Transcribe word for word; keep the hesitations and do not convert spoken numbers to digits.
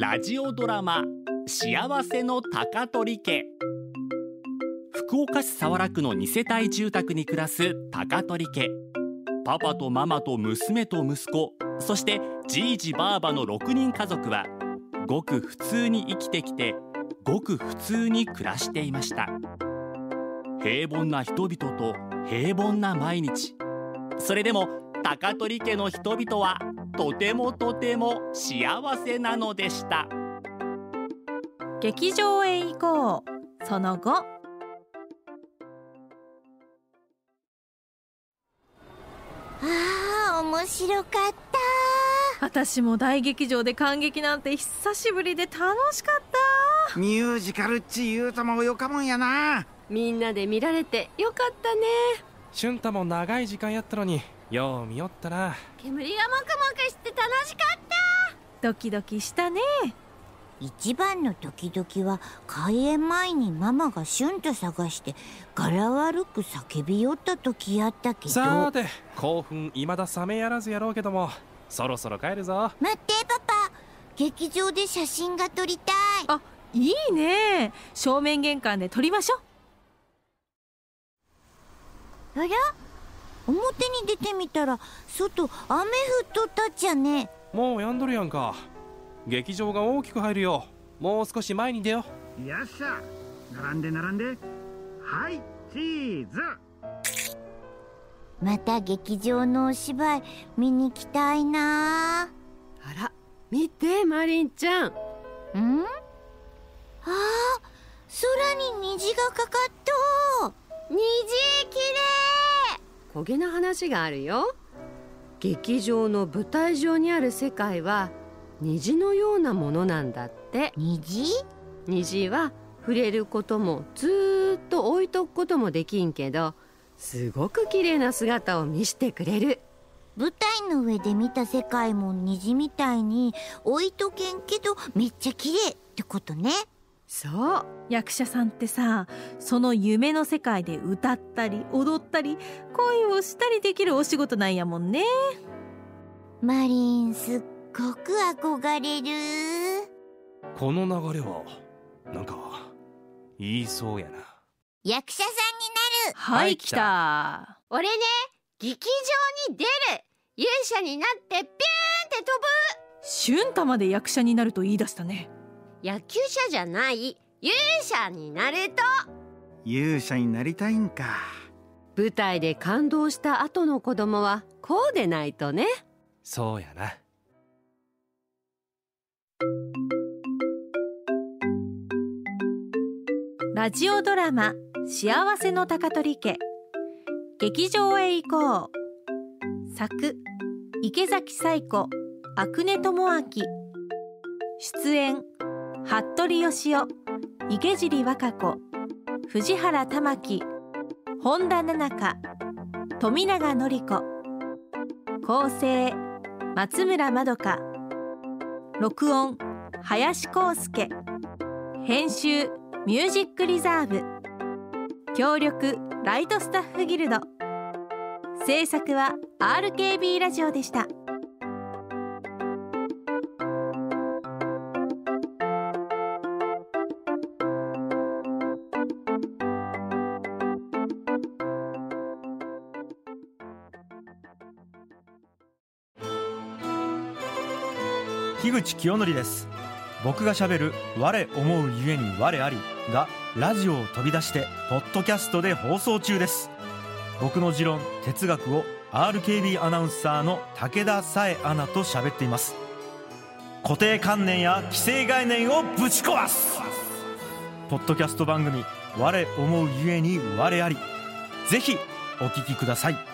ラジオドラマ幸せの高取家。福岡市早良区のに世帯住宅に暮らす高取家。パパとママと娘と息子、そしてじいじばあばのろくにん家族はごく普通に生きてきて、ごく普通に暮らしていました。平凡な人々と平凡な毎日。それでも高取家の人々はとてもとても幸せなのでした。 劇場へ行こう、その後。 あー、面白かった。 私も大劇場で観劇なんて久しぶりで楽しかった。 ミュージカルっち言うともよかもんやな。 みんなで見られてよかったね。 俊太も長い時間やったのによう見よったな。 煙がもくもくして楽しかった。 ドキドキしたね。 一番のドキドキは開演前にママがシュンと探して柄悪く叫び寄った時やったけど。 さて、興奮未だ冷めやらずやろうけども、そろそろ帰るぞ。 待ってパパ、劇場で写真が撮りたい。 あ、いいね。正面玄関で撮りましょう。 あら、表に出てみたら外雨降っとったっちゃね。 もうやんどるやんか。劇場が大きく入るよ。もう少し前に出よう。よっしゃ、並んで並んで。はい、チーズ。 また劇場のお芝居見に来たいな。 あら、見てマリンちゃん。ん？あー、空に虹がかかっと。 虹きれい。焦げな話があるよ。劇場の舞台上にある世界は虹のようなものなんだって。 虹？ 虹は触れることもずーっと置いとくこともできんけど、すごく綺麗な姿を見せてくれる。 舞台の上で見た世界も虹みたいに置いとけんけどめっちゃ綺麗ってことね。 そう。 役者さんってさ、その夢の世界で歌ったり踊ったり恋をしたりできるお仕事なんやもんね。 マリンすっごく憧れる。 この流れはなんか言いそうやな。 役者さんになる。 はい、はい、来た。 俺ね、劇場に出る。勇者になってピューンって飛ぶ。 シュンタまで役者になると言い出したね。 野球者じゃない、勇者になると。 勇者になりたいんか。 舞台で感動した後の子供はこうでないとね。 そうやな。 ラジオドラマ幸せの高取家。劇場へ行こう。作池崎彩子、阿久根智明。出演服部義雄、池尻和歌子、藤原玉樹、本田奈々香、富永典子。構成松村まどか。録音林康介。編集ミュージックリザーブ。協力ライトスタッフギルド。制作は アールケービー ラジオでした。 樋口清則です。僕がしゃべる我思うゆえに我ありがラジオを飛び出してポッドキャストで放送中です。僕の持論哲学を アールケービー アナウンサーの武田紗恵アナと喋っています。固定観念や既成概念をぶち壊すポッドキャスト番組我思うゆえに我あり、ぜひお聞きください。